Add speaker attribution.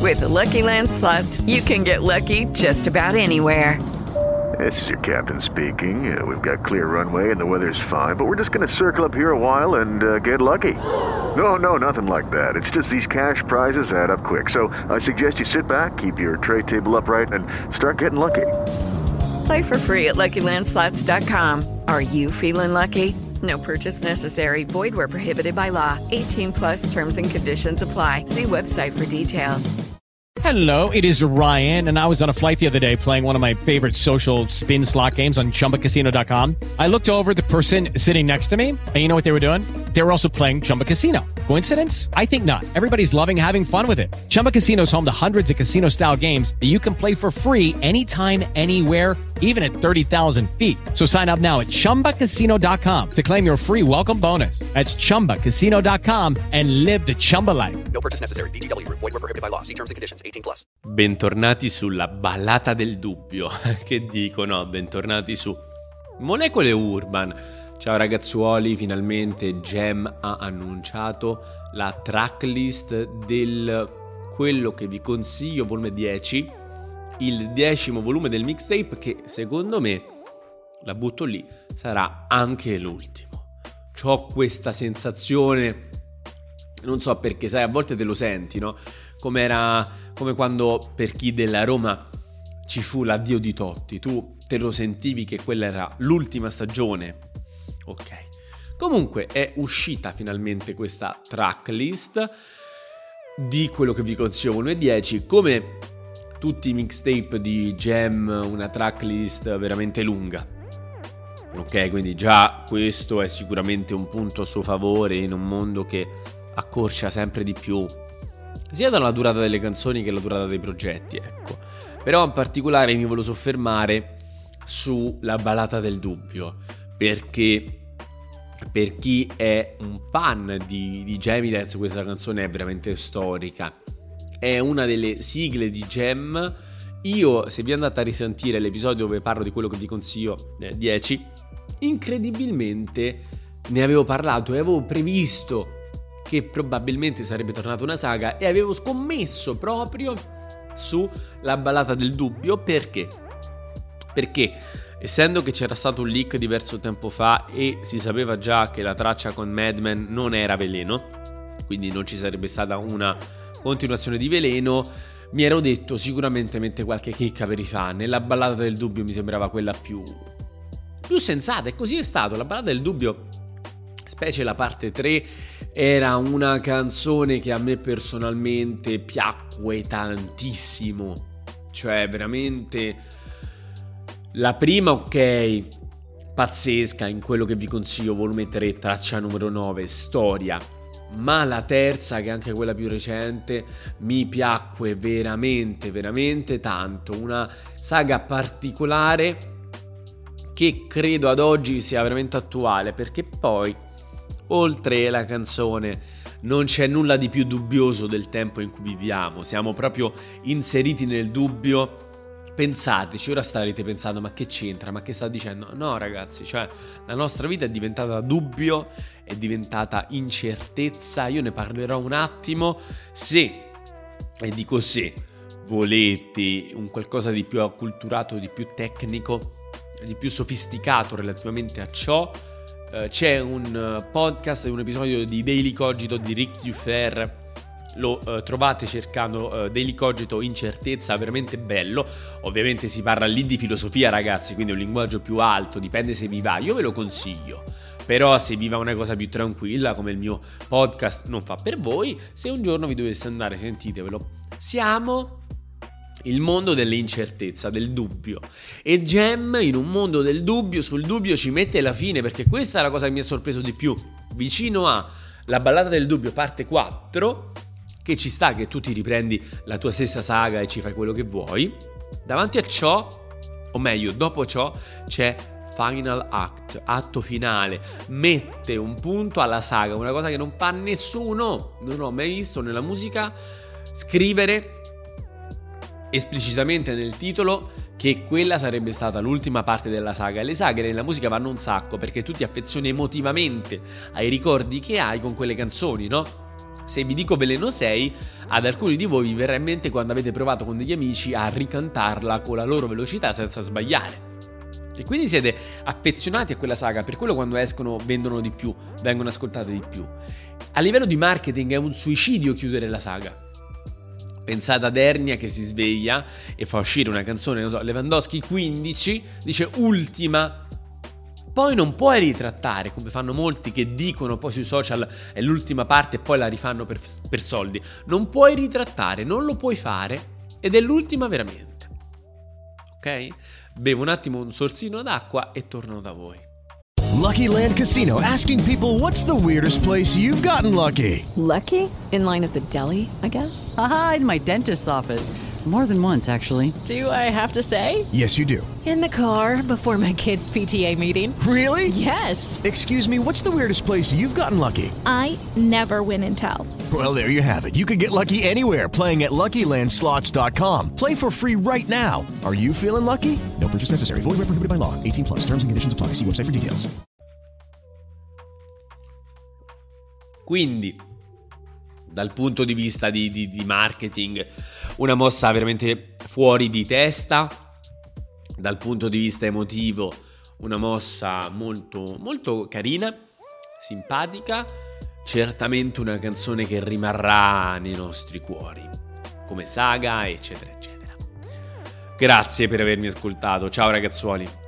Speaker 1: With the Lucky Land Slots, you can get lucky just about anywhere.
Speaker 2: This is your captain speaking. We've got clear runway and the weather's fine, but we're just going to circle up here a while and get lucky. No, nothing like that. It's just these cash prizes add up quick. So I suggest you sit back, keep your tray table upright, and start getting lucky.
Speaker 1: Play for free at LuckyLandSlots.com. Are you feeling lucky? No purchase necessary. Void where prohibited by law. 18 plus terms and conditions apply. See website for details.
Speaker 3: Hello, it is Ryan, and I was on a flight the other day playing one of my favorite social spin slot games on ChumbaCasino.com. I looked over at the person sitting next to me, and you know what they were doing? They were also playing Chumba Casino. Coincidence? I think not. Everybody's loving having fun with it. Chumba Casino is home to hundreds of casino-style games that you can play for free anytime, anywhere, even at 30,000 feet. So sign up now at ChumbaCasino.com to claim your free welcome bonus. That's ChumbaCasino.com and live the Chumba life.
Speaker 4: No purchase necessary. VGW. Void were prohibited by law. See terms and conditions. 18 plus. Bentornati sulla ballata del dubbio. Che dico, no? Bentornati su Molecole Urban. Ciao ragazzuoli, finalmente Gem ha annunciato la tracklist del quello che vi consiglio, volume 10, il 10° volume del mixtape che secondo me, la butto lì, sarà anche l'ultimo. C'ho questa sensazione, non so perché, sai, a volte te lo senti, no? Come quando per chi della Roma ci fu l'addio di Totti, tu te lo sentivi che quella era l'ultima stagione. Ok, comunque è uscita finalmente questa tracklist di quello che vi consiglio volume 10. Come tutti i mixtape di Gem, una tracklist veramente lunga. Ok, quindi già questo è sicuramente un punto a suo favore in un mondo che accorcia sempre di più sia dalla durata delle canzoni che la durata dei progetti, ecco. Però in particolare mi voglio soffermare sulla ballata del dubbio, perché per chi è un fan di Gemidez questa canzone è veramente storica. È una delle sigle di Gem. Io, se vi andate a risentire l'episodio dove parlo di quello che vi consiglio 10, incredibilmente ne avevo parlato e avevo previsto che probabilmente sarebbe tornata una saga e avevo scommesso proprio sulla ballata del dubbio. Perché? Perché essendo che c'era stato un leak diverso tempo fa e si sapeva già che la traccia con Madman non era Veleno, quindi non ci sarebbe stata una continuazione di Veleno, mi ero detto sicuramente mette qualche chicca per i fan e la ballata del dubbio mi sembrava quella più sensata, e così è stato. La ballata del dubbio, specie la parte 3, era una canzone che a me personalmente piacque tantissimo, cioè veramente. La prima, ok, pazzesca, in quello che vi consiglio, volume 3, traccia numero 9, storia. Ma la terza, che è anche quella più recente, mi piacque veramente, veramente tanto. Una saga particolare che credo ad oggi sia veramente attuale, perché poi, oltre la canzone, non c'è nulla di più dubbioso del tempo in cui viviamo. Siamo proprio inseriti nel dubbio. Pensateci, ora starete pensando ma che c'entra, ma che sta dicendo? No ragazzi, cioè la nostra vita è diventata dubbio, è diventata incertezza. Io ne parlerò un attimo. Se, e dico se, volete un qualcosa di più acculturato, di più tecnico, di più sofisticato relativamente a ciò, c'è un podcast, un episodio di Daily Cogito di Rick Dufer. Lo trovate cercando Daily Cogito incertezza, veramente bello. Ovviamente si parla lì di filosofia, ragazzi, quindi è un linguaggio più alto, dipende se vi va, io ve lo consiglio. Però se vi va una cosa più tranquilla come il mio podcast non fa per voi, se un giorno vi dovesse andare, sentitevelo. Siamo il mondo dell'incertezza, del dubbio, e Gem in un mondo del dubbio, sul dubbio ci mette la fine, perché questa è la cosa che mi ha sorpreso di più. Vicino a La ballata del dubbio parte 4, che ci sta che tu ti riprendi la tua stessa saga e ci fai quello che vuoi, davanti a ciò, o meglio dopo ciò, c'è Final Act, atto finale, mette un punto alla saga, una cosa che non fa nessuno. Non ho mai visto nella musica scrivere esplicitamente nel titolo che quella sarebbe stata l'ultima parte della saga. E le saghe nella musica vanno un sacco, perché tu ti affezioni emotivamente ai ricordi che hai con quelle canzoni, no? Se vi dico Veleno 6, ad alcuni di voi vi verrà in mente quando avete provato con degli amici a ricantarla con la loro velocità senza sbagliare. E quindi siete affezionati a quella saga, per quello quando escono vendono di più, vengono ascoltate di più. A livello di marketing è un suicidio chiudere la saga. Pensate ad Ernia che si sveglia e fa uscire una canzone, non so, Lewandowski 15, dice ultima. Poi non puoi ritrattare, come fanno molti che dicono poi sui social è l'ultima parte e poi la rifanno per soldi. Non puoi ritrattare, non lo puoi fare ed è l'ultima veramente. Ok? Bevo un attimo un sorsino d'acqua e torno da voi.
Speaker 5: Lucky Land Casino, asking people, what's the weirdest place you've gotten lucky?
Speaker 1: Lucky? In line at the deli, I guess?
Speaker 6: Aha, in my dentist's office. More than once, actually.
Speaker 7: Do I have to say?
Speaker 5: Yes, you do.
Speaker 7: In the car before my kids' PTA meeting.
Speaker 5: Really?
Speaker 7: Yes.
Speaker 5: Excuse me, what's the weirdest place you've gotten lucky?
Speaker 8: I never win and tell.
Speaker 5: Well, there you have it. You can get lucky anywhere, playing at LuckyLandSlots.com. Play for free right now. Are you feeling lucky? No purchase necessary. Void where prohibited by law. 18+. Terms and conditions apply. See website for details.
Speaker 4: Quindi, dal punto di vista di marketing, una mossa veramente fuori di testa. Dal punto di vista emotivo, una mossa molto, molto carina, simpatica. Certamente una canzone che rimarrà nei nostri cuori, come saga, eccetera, eccetera. Grazie per avermi ascoltato. Ciao ragazzuoli.